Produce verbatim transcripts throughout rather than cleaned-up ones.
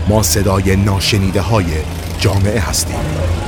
ما صدای ناشنیده های جامعه هستیم.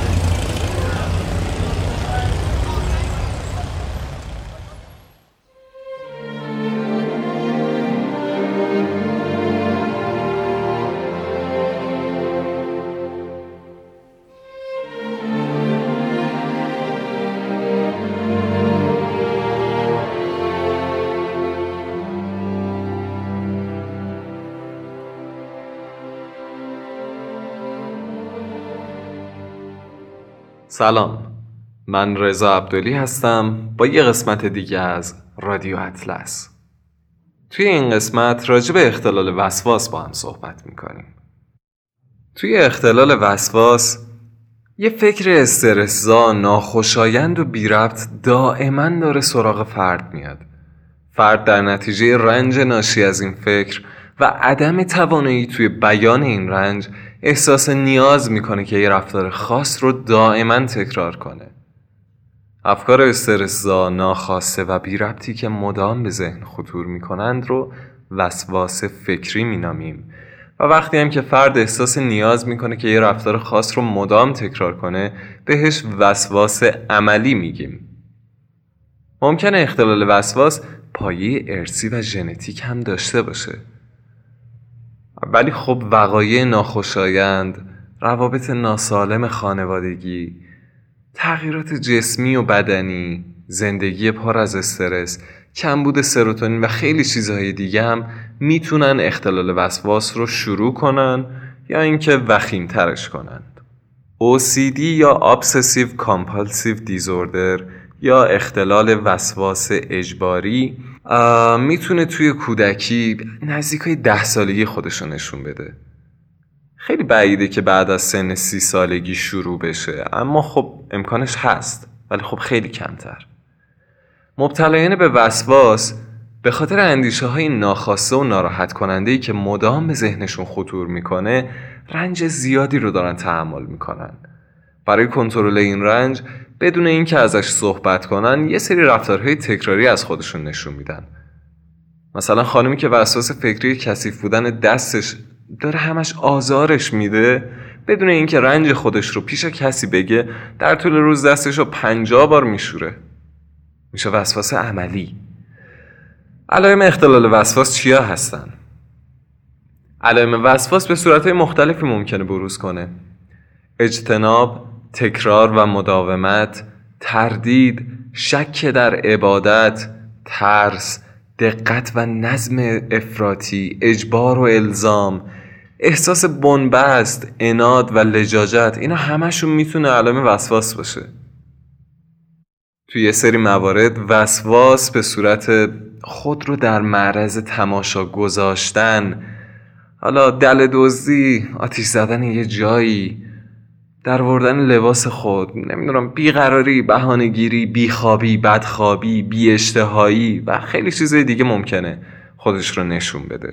سلام، من رضا عبدلی هستم با یه قسمت دیگه از رادیو اطلس. توی این قسمت راجع به اختلال وسواس با هم صحبت میکنیم. توی اختلال وسواس یه فکر استرس‌زا، ناخوشایند و بی ربط دائما داره سراغ فرد میاد. فرد در نتیجه رنج ناشی از این فکر و عدم توانایی توی بیان این رنج احساس نیاز میکنه که یه رفتار خاص رو دائما تکرار کنه. افکار استرس‌زا، ناخواسته و بی ربطی که مدام به ذهن خطور میکنند رو وسواس فکری مینامیم و وقتی هم که فرد احساس نیاز میکنه که یه رفتار خاص رو مدام تکرار کنه بهش وسواس عملی میگیم. ممکنه اختلال وسواس پایه ارثی و ژنتیک هم داشته باشه، ولی خب وقایع ناخوشایند، روابط ناسالم خانوادگی، تغییرات جسمی و بدنی، زندگی پر از استرس، کمبود سروتونین و خیلی چیزهای دیگه هم میتونن اختلال وسواس رو شروع کنن یا اینکه وخیم‌ترش کنند. او سی دی یا Obsessive Compulsive Disorder یا اختلال وسواس اجباری میتونه توی کودکی نزدیکای ده سالگی خودشو نشون بده. خیلی بعیده که بعد از سن سی سالگی شروع بشه، اما خب امکانش هست، ولی خب خیلی کمتر. مبتلایان به وسواس به خاطر اندیشه های ناخواسته و ناراحت کننده‌ای که مدام به ذهنشون خطور میکنه رنج زیادی رو دارن تحمل میکنن. برای کنترل این رنج بدون اینکه ازش صحبت کنن یه سری رفتارهای تکراری از خودشون نشون میدن. مثلا خانمی که وسواس فکری کثیف بودن دستش داره همش آزارش میده، بدون اینکه رنج خودش رو پیش کسی بگه در طول روز دستش رو پنجاه بار میشوره. میشه وسواس عملی. علائم اختلال وسواس چیا هستن؟ علائم وسواس به صورتهای مختلفی ممکنه بروز کنه. اجتناب، تکرار و مداومت، تردید، شک در عبادت، ترس، دقت و نظم افراطی، اجبار و الزام، احساس بنبست، عناد و لجاجت، اینا همشون میتونه علائم وسواس باشه. توی یه سری موارد وسواس به صورت خود رو در معرض تماشا گذاشتن، حالا دل دزدی، آتیش زدن یه جایی، در وردن لباس خود، نمیدونم بیقراری، بهانه‌گیری، بیخوابی، بدخوابی، بی اشتهایی و خیلی چیزای دیگه ممکنه خودش رو نشون بده.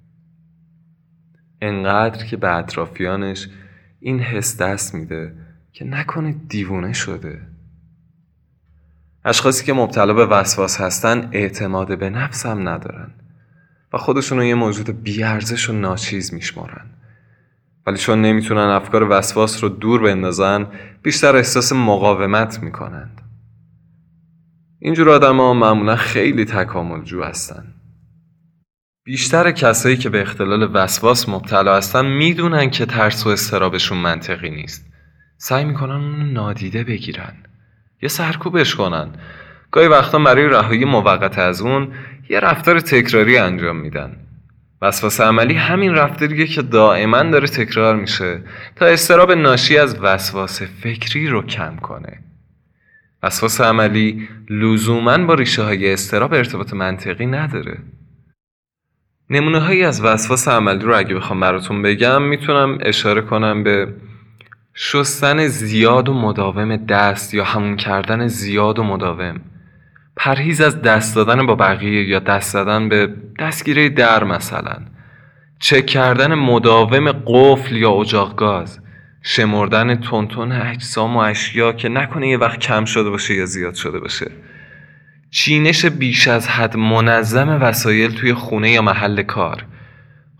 انقدر که به اطرافیانش این حس دست میده که نکنه دیوونه شده. اشخاصی که مبتلا به وسواس هستن اعتماد به نفس هم ندارن و خودشون رو یه موجود بی‌ارزش و ناچیز میشمارن، ولی چون نمیتونن افکار وسواس رو دور بندازن بیشتر احساس مقاومت میکنند. اینجور آدم ها معمولا خیلی تکامل جو هستن. بیشتر کسایی که به اختلال وسواس مبتلا هستن میدونن که ترس و اضطرابشون منطقی نیست. سعی میکنن اون نادیده بگیرن یا سرکوبش کنن. گاهی وقتا برای رهایی موقت از اون یه رفتار تکراری انجام میدن. وسواس عملی همین رفتاریه که دائما داره تکرار میشه تا اضطراب ناشی از وسواس فکری رو کم کنه. وسواس عملی لزوماً با ریشه های اضطراب ارتباط منطقی نداره. نمونه هایی از وسواس عملی رو اگه بخوام براتون بگم میتونم اشاره کنم به شستن زیاد و مداوم دست یا همون کردن زیاد و مداوم، پرهیز از دست دادن با بقیه یا دست دادن به دستگیره در، مثلا چک کردن مداوم قفل یا اجاق گاز، شمردن تونتون اجسام و اشیا که نکنه یه وقت کم شده باشه یا زیاد شده باشه، چینش بیش از حد منظم وسایل توی خونه یا محل کار،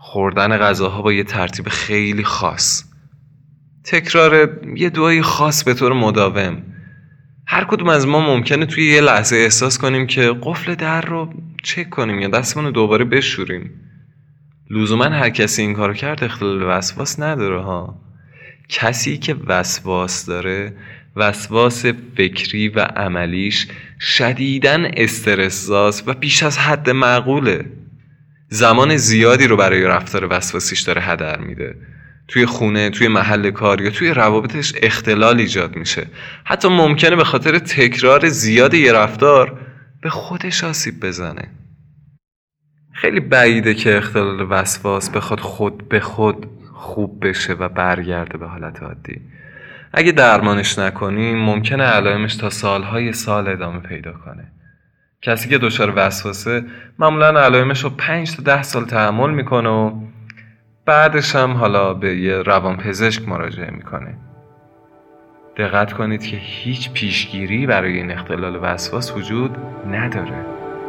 خوردن غذاها با یه ترتیب خیلی خاص، تکرار یه دعای خاص به طور مداوم. هر کدوم از ما ممکنه توی یه لحظه احساس کنیم که قفل در رو چک کنیم یا دستمون رو دوباره بشوریم. لزوما هر کسی این کارو کرد اختلال وسواس نداره ها. کسی که وسواس داره، وسواس فکری و عملیش شدیداً استرس‌زاست و بیش از حد معقوله. زمان زیادی رو برای رفتار وسواسیش داره هدر میده. توی خونه، توی محل کار یا توی روابطش اختلال ایجاد میشه. حتی ممکنه به خاطر تکرار زیاد یه رفتار به خودش آسیب بزنه. خیلی بعیده که اختلال وسواس بخواد خود به خود خوب بشه و برگرده به حالت عادی. اگه درمانش نکنیم ممکنه علائمش تا سالهای سال ادامه پیدا کنه. کسی که دچار وسواسه معمولا علائمش رو پنج تا ده سال تحمل میکنه و بعدش هم حالا به یه روانپزشک مراجعه میکنه. دقت کنید که هیچ پیشگیری برای این اختلال وسواس وجود نداره.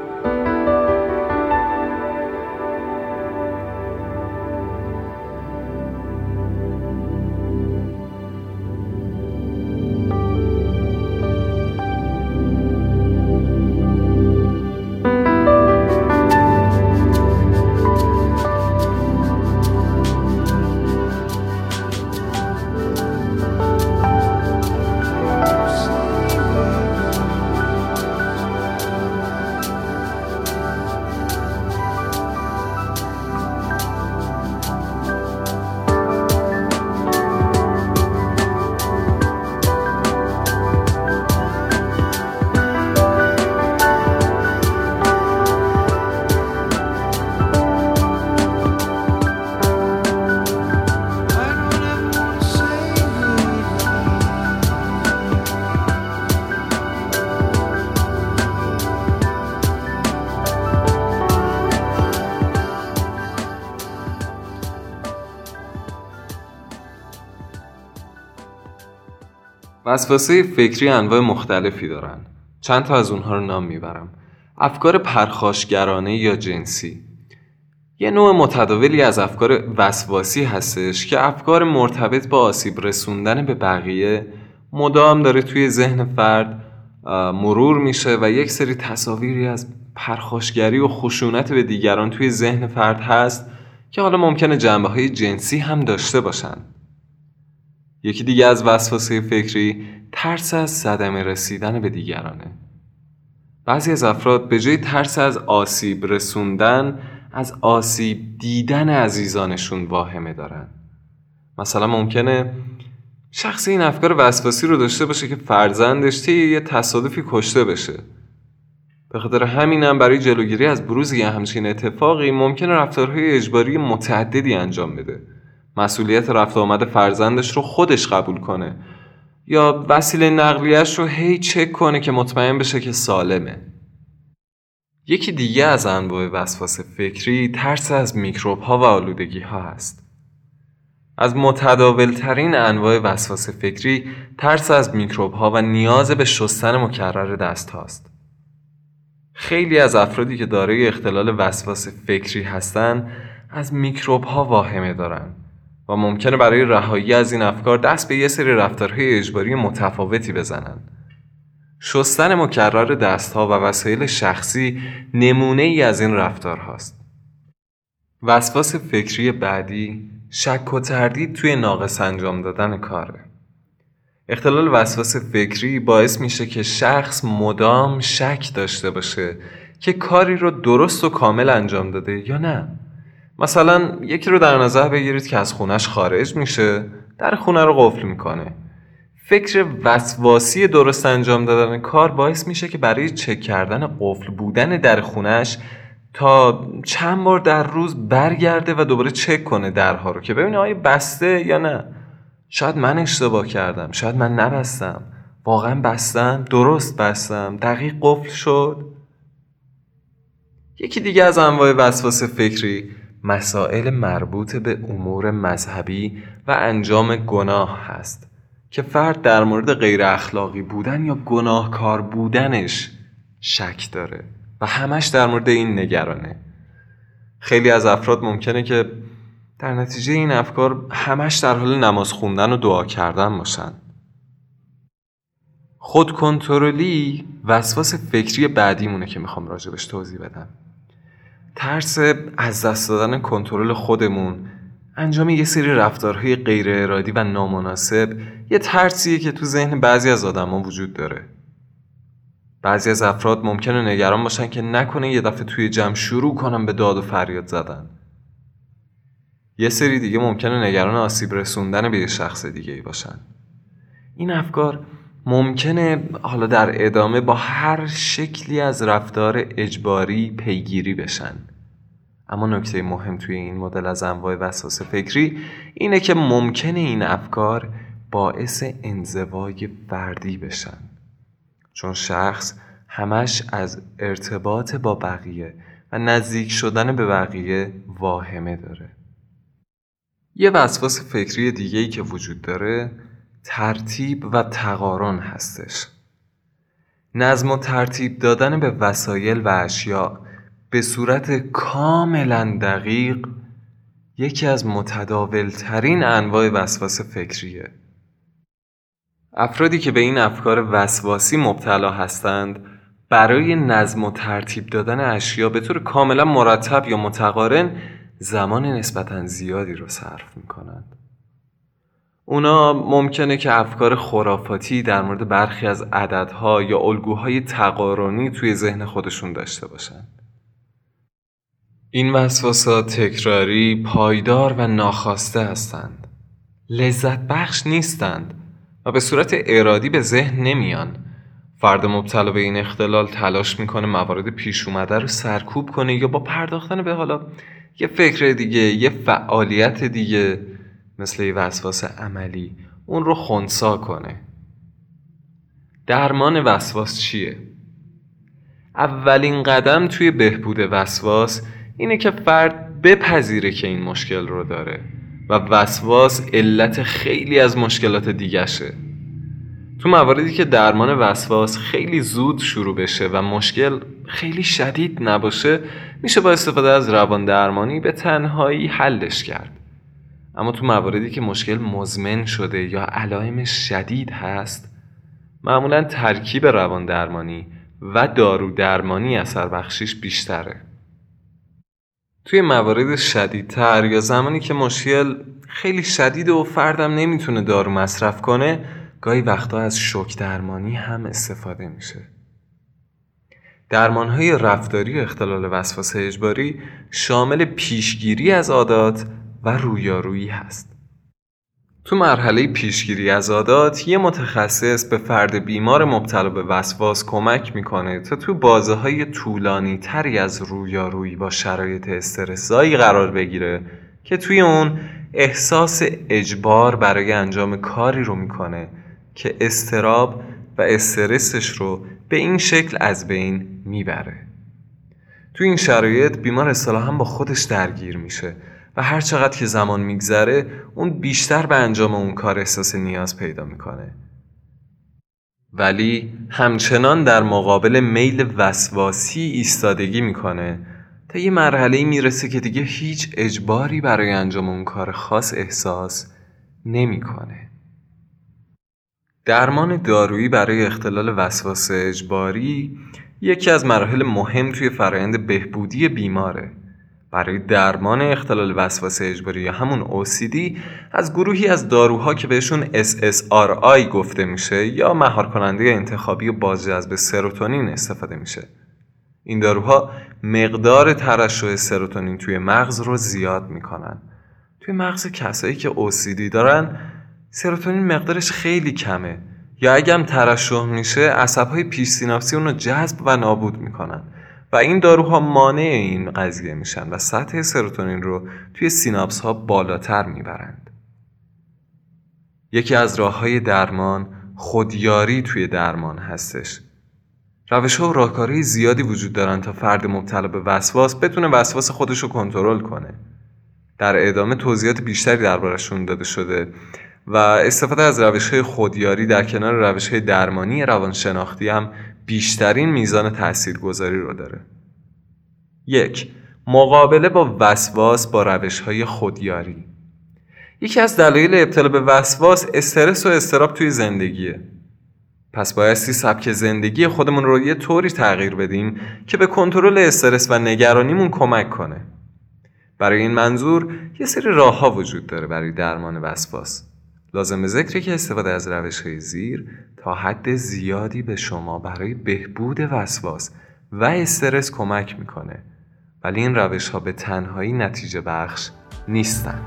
وسواسه فکری انواع مختلفی دارن. چند تا از اونها رو نام میبرم. افکار پرخاشگرانه یا جنسی یه نوع متداولی از افکار وسواسی هستش که افکار مرتبط با آسیب رسوندن به بقیه مدام داره توی ذهن فرد مرور میشه و یک سری تصاویری از پرخاشگری و خشونت به دیگران توی ذهن فرد هست که حالا ممکنه جنبه‌های جنسی هم داشته باشن. یکی دیگه از وسواسه فکری ترس از صدمه رسیدن به دیگرانه. بعضی از افراد به جای ترس از آسیب رسوندن از آسیب دیدن عزیزانشون واهمه دارن. مثلا ممکنه شخصی این افکار وسواسی رو داشته باشه که فرزندش طی یه تصادفی کشته بشه. به خاطر همینم برای جلوگیری از بروز یه همچین اتفاقی ممکنه رفتارهای اجباری متعددی انجام بده. مسئولیت رفت آمد فرزندش رو خودش قبول کنه یا وسیله نقلیه‌اش رو هی چک کنه که مطمئن بشه که سالمه. یکی دیگه از انواع وسواس فکری ترس از میکروب‌ها و آلودگی‌ها هست. از متداول‌ترین انواع وسواس فکری ترس از میکروب‌ها و نیاز به شستن مکرر دست هاست. خیلی از افرادی که دارای اختلال وسواس فکری هستن از میکروب‌ها واهمه دارن و ممکنه برای رهایی از این افکار دست به یه سری رفتارهای اجباری متفاوتی بزنن. شستن مکرر دست‌ها و وسایل شخصی نمونه ای از این رفتار هاست. وسواس فکری بعدی شک و تردید توی ناقص انجام دادن کاره. اختلال وسواس فکری باعث میشه که شخص مدام شک داشته باشه که کاری رو درست و کامل انجام داده یا نه. مثلا یکی رو در نظر بگیرید که از خونش خارج میشه، در خونه رو قفل میکنه. فکر وسواسی درست انجام دادن کار باعث میشه که برای چک کردن قفل بودن در خونش تا چند بار در روز برگرده و دوباره چک کنه درها رو که ببینه آیا بسته یا نه. شاید من اشتباه کردم، شاید من نبستم، واقعا بستم، درست بستم، دقیق قفل شد. یکی دیگه از انواع وسواس فکری مسائل مربوط به امور مذهبی و انجام گناه هست که فرد در مورد غیر اخلاقی بودن یا گناهکار بودنش شک داره و همش در مورد این نگرانه. خیلی از افراد ممکنه که در نتیجه این افکار همش در حال نماز خوندن و دعا کردن باشن. خود کنترلی وسواس فکری بعدیمونه که میخوام راجبش توضیح بدم. ترس از دست دادن کنترل خودمون، انجام یه سری رفتارهای غیر ارادی و نامناسب، یه ترسیه که تو ذهن بعضی از آدما وجود داره. بعضی از افراد ممکنه نگران باشن که نکنه یه دفعه توی جمع شروع کنن به داد و فریاد زدن. یه سری دیگه ممکنه نگران آسیب رسوندن به یه شخص دیگه ای باشن. این افکار ممکنه حالا در ادامه با هر شکلی از رفتار اجباری پیگیری بشن. اما نکته مهم توی این مدل از انواع وسواس فکری اینه که ممکنه این افکار باعث انزوای فردی بشن، چون شخص همش از ارتباط با بقیه و نزدیک شدن به بقیه واهمه داره. یه وسواس فکری دیگه‌ای که وجود داره ترتیب و تقارن هستش. نظم و ترتیب دادن به وسایل و اشیاء به صورت کاملا دقیق یکی از متداولترین انواع وسواس فکریه. افرادی که به این افکار وسواسی مبتلا هستند برای نظم و ترتیب دادن اشیاء به طور کاملا مرتب یا متقارن زمان نسبتاً زیادی رو صرف میکنند. اونا ممکنه که افکار خرافاتی در مورد برخی از عددها یا الگوهای تقارنی توی ذهن خودشون داشته باشن. این وسواسات تکراری، پایدار و ناخواسته هستند. لذت بخش نیستند و به صورت ارادی به ذهن نمیان. فرد مبتلا به این اختلال تلاش میکنه موارد پیش اومده رو سرکوب کنه یا با پرداختن به حالا یه فکر دیگه، یه فعالیت دیگه مثل یه وسواس عملی اون رو خنثی کنه. درمان وسواس چیه؟ اولین قدم توی بهبود وسواس اینه که فرد بپذیره که این مشکل رو داره و وسواس علت خیلی از مشکلات دیگشه. تو مواردی که درمان وسواس خیلی زود شروع بشه و مشکل خیلی شدید نباشه میشه با استفاده از روان درمانی به تنهایی حلش کرد. اما تو مواردی که مشکل مزمن شده یا علائمش شدید هست معمولا ترکیب روان درمانی و دارو درمانی اثر بخشیش بیشتره. توی موارد شدیدتر یا زمانی که مشکل خیلی شدیده و فردم نمیتونه دارو مصرف کنه گاهی وقتا از شوک درمانی هم استفاده میشه. درمانهای رفتاری و اختلال وسواس اجباری شامل پیشگیری از عادات و رویارویی هست. تو مرحله پیشگیری از عادات یه متخصص به فرد بیمار مبتلا به وسواس کمک میکنه تا تو بازه‌های طولانی تری از رویارویی با شرایط استرس‌زایی قرار بگیره که توی اون احساس اجبار برای انجام کاری رو میکنه که اضطراب و استرسش رو به این شکل از بین میبره. تو این شرایط بیمار اصطلاحاً با خودش درگیر میشه و هر چقدر که زمان میگذره اون بیشتر به انجام اون کار احساس نیاز پیدا میکنه. ولی همچنان در مقابل میل وسواسی ایستادگی میکنه تا یه مرحله‌ای میرسه که دیگه هیچ اجباری برای انجام اون کار خاص احساس نمیکنه. درمان دارویی برای اختلال وسواس اجباری یکی از مراحل مهم توی فرآیند بهبودی بیماره. برای درمان اختلال وسواس اجباری یا همون او سی دی از گروهی از داروها که بهشون اس اس آر آی گفته میشه یا مهار کننده انتخابی و بازجذب سروتونین استفاده میشه. این داروها مقدار ترشح سروتونین توی مغز رو زیاد میکنن. توی مغز کسایی که او سی دی دارن سروتونین مقدارش خیلی کمه یا اگه هم ترشح میشه عصب‌های پیش سیناپسی اون رو جذب و نابود میکنن و این داروها مانع این قضیه میشن و سطح سروتونین رو توی سیناپس ها بالاتر میبرند. یکی از راه‌های درمان خودیاری توی درمان هستش. روش‌ها و راهکارهای زیادی وجود دارن تا فرد مبتلا به وسواس بتونه وسواس خودش رو کنترل کنه. در ادامه توضیحات بیشتری دربارشون داده شده و استفاده از روش‌های خودیاری در کنار روش‌های درمانی روانشناختی هم بیشترین میزان تاثیرگذاری رو داره. یک، مقابله با وسواس با روش‌های خودیاری. یکی از دلایل ابتلا به وسواس استرس و اضطراب توی زندگیه. پس بایستی سبک زندگی خودمون رو یه طوری تغییر بدیم که به کنترل استرس و نگرانیمون کمک کنه. برای این منظور یه سری راه‌ها وجود داره برای درمان وسواس. لازم به ذکره که استفاده از روش‌های زیر تا حد زیادی به شما برای بهبود وسواس و استرس کمک میکنه، ولی این روش‌ها به تنهایی نتیجه بخش نیستن.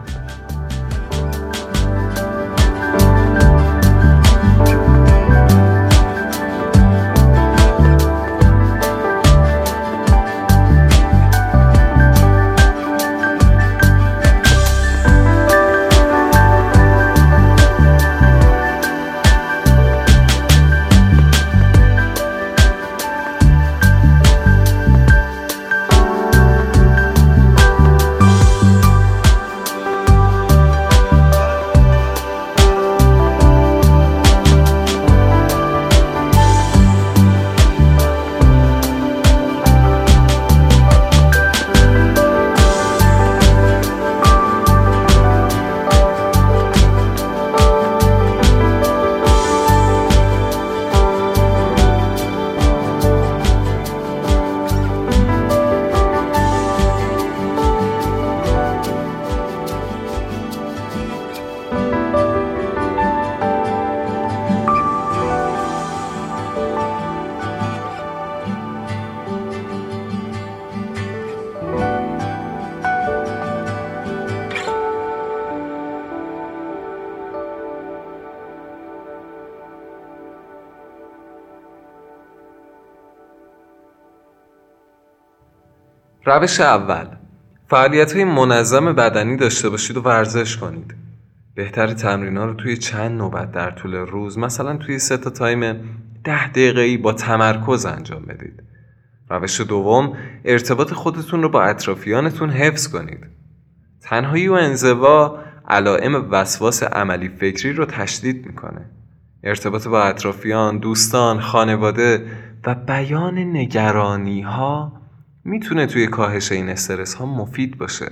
روش اول، فعالیت‌های منظم بدنی داشته باشید و ورزش کنید. بهتر تمرین‌ها رو توی چند نوبت در طول روز، مثلا توی سه تا تایم ده دقیقه‌ای با تمرکز انجام بدید. روش دوم، ارتباط خودتون رو با اطرافیانتون حفظ کنید. تنهایی و انزوا علائم وسواس عملی فکری رو تشدید میکنه. ارتباط با اطرافیان، دوستان، خانواده و بیان نگرانی‌ها میتونه توی کاهش این استرس ها مفید باشه.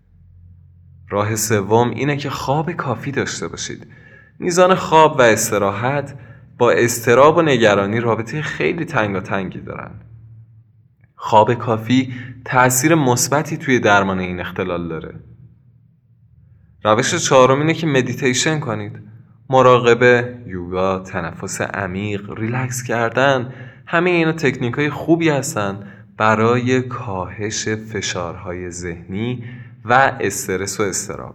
راه سوم اینه که خواب کافی داشته باشید. میزان خواب و استراحت با اضطراب و نگرانی رابطه خیلی تنگاتنگی دارن. خواب کافی تأثیر مثبتی توی درمان این اختلال داره. روش چهارم اینه که مدیتیشن کنید. مراقبه، یوگا، تنفس عمیق، ریلکس کردن، همه اینا تکنیک‌های خوبی هستن برای کاهش فشارهای ذهنی و استرس و اضطراب.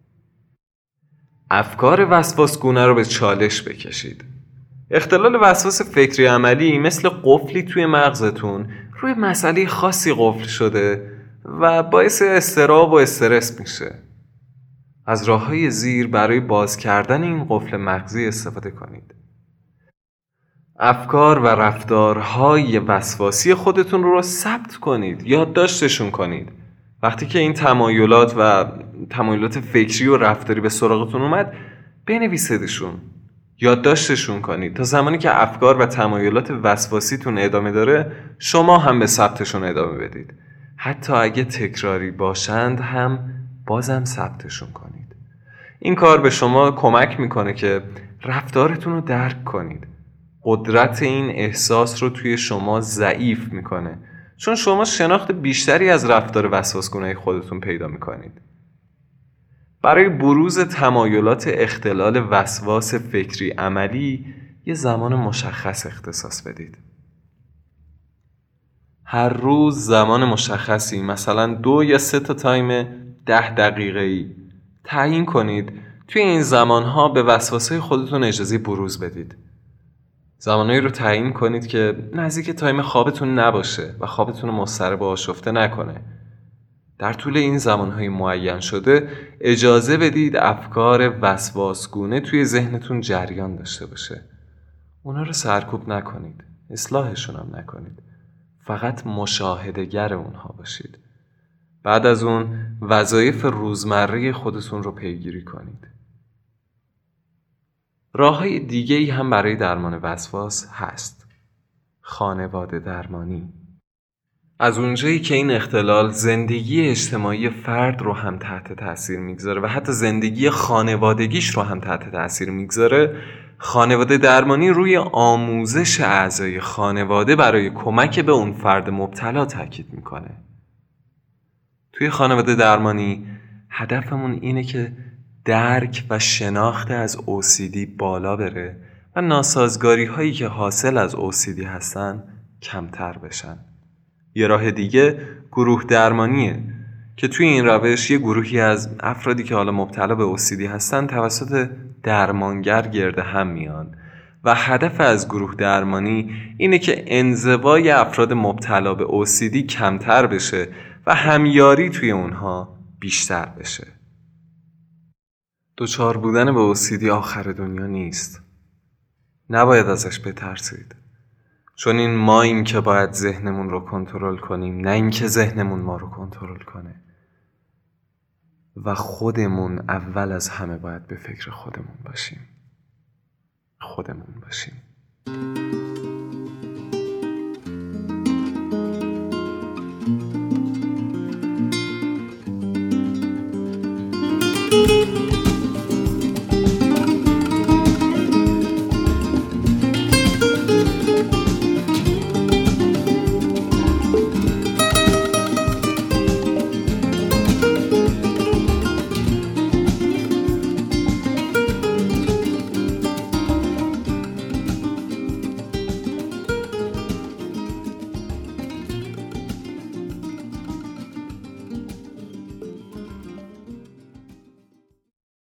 افکار وسواسگونه رو به چالش بکشید. اختلال وسواس فکری عملی مثل قفلی توی مغزتون روی مسئله خاصی قفل شده و باعث اضطراب و استرس میشه. از راه‌های زیر برای باز کردن این قفل مغزی استفاده کنید. افکار و رفتارهای وسواسی خودتون رو ثبت کنید، یادداشتشون کنید. وقتی که این تمایلات و تمایلات فکری و رفتاری به سراغتون اومد، بنویسیدشون، یادداشتشون کنید تا زمانی که افکار و تمایلات وسواسیتون ادامه داره، شما هم به ثبتشون ادامه بدید. حتی اگه تکراری باشند هم بازم ثبتشون کنید. این کار به شما کمک میکنه که رفتارتون رو درک کنید. قدرت این احساس رو توی شما ضعیف میکنه، چون شما شناخت بیشتری از رفتار وسواسگونه خودتون پیدا میکنید. برای بروز تمایلات اختلال وسواس فکری عملی یه زمان مشخص اختصاص بدید. هر روز زمان مشخصی، مثلا دو یا سه تا تایم ده دقیقه‌ای تعیین کنید. توی این زمانها به وسواسهای خودتون اجازه بروز بدید. زمانهایی رو تعیین کنید که نزدیک تایم خوابتون نباشه و خوابتون رو مضطرب و آشفته نکنه. در طول این زمانهای معین شده اجازه بدید افکار وسواسگونه توی ذهنتون جریان داشته باشه. اونا رو سرکوب نکنید، اصلاحشون هم نکنید. فقط مشاهده‌گر اونها باشید. بعد از اون وظایف روزمره خودتون رو پیگیری کنید. راه‌های دیگه‌ای هم برای درمان وسواس هست. خانواده درمانی. از اونجایی که این اختلال زندگی اجتماعی فرد رو هم تحت تاثیر میگذاره و حتی زندگی خانوادگیش رو هم تحت تاثیر میگذاره، خانواده درمانی روی آموزش اعضای خانواده برای کمک به اون فرد مبتلا تاکید میکنه. توی خانواده درمانی هدفمون اینه که درک و شناخت از او سی دی بالا بره و ناسازگاری هایی که حاصل از او سی دی هستن کمتر بشن. یه راه دیگه گروه درمانیه که توی این روش یه گروهی از افرادی که حالا مبتلا به او سی دی هستن توسط درمانگر گرد هم میان و هدف از گروه درمانی اینه که انزوای افراد مبتلا به او سی دی کمتر بشه و همیاری توی اونها بیشتر بشه. دچار بودن به او سی دی آخر دنیا نیست. نباید ازش بترسید. چون این ماییم که باید ذهنمون رو کنترل کنیم، نه اینکه ذهنمون ما رو کنترل کنه. و خودمون اول از همه باید به فکر خودمون باشیم. خودمون باشیم.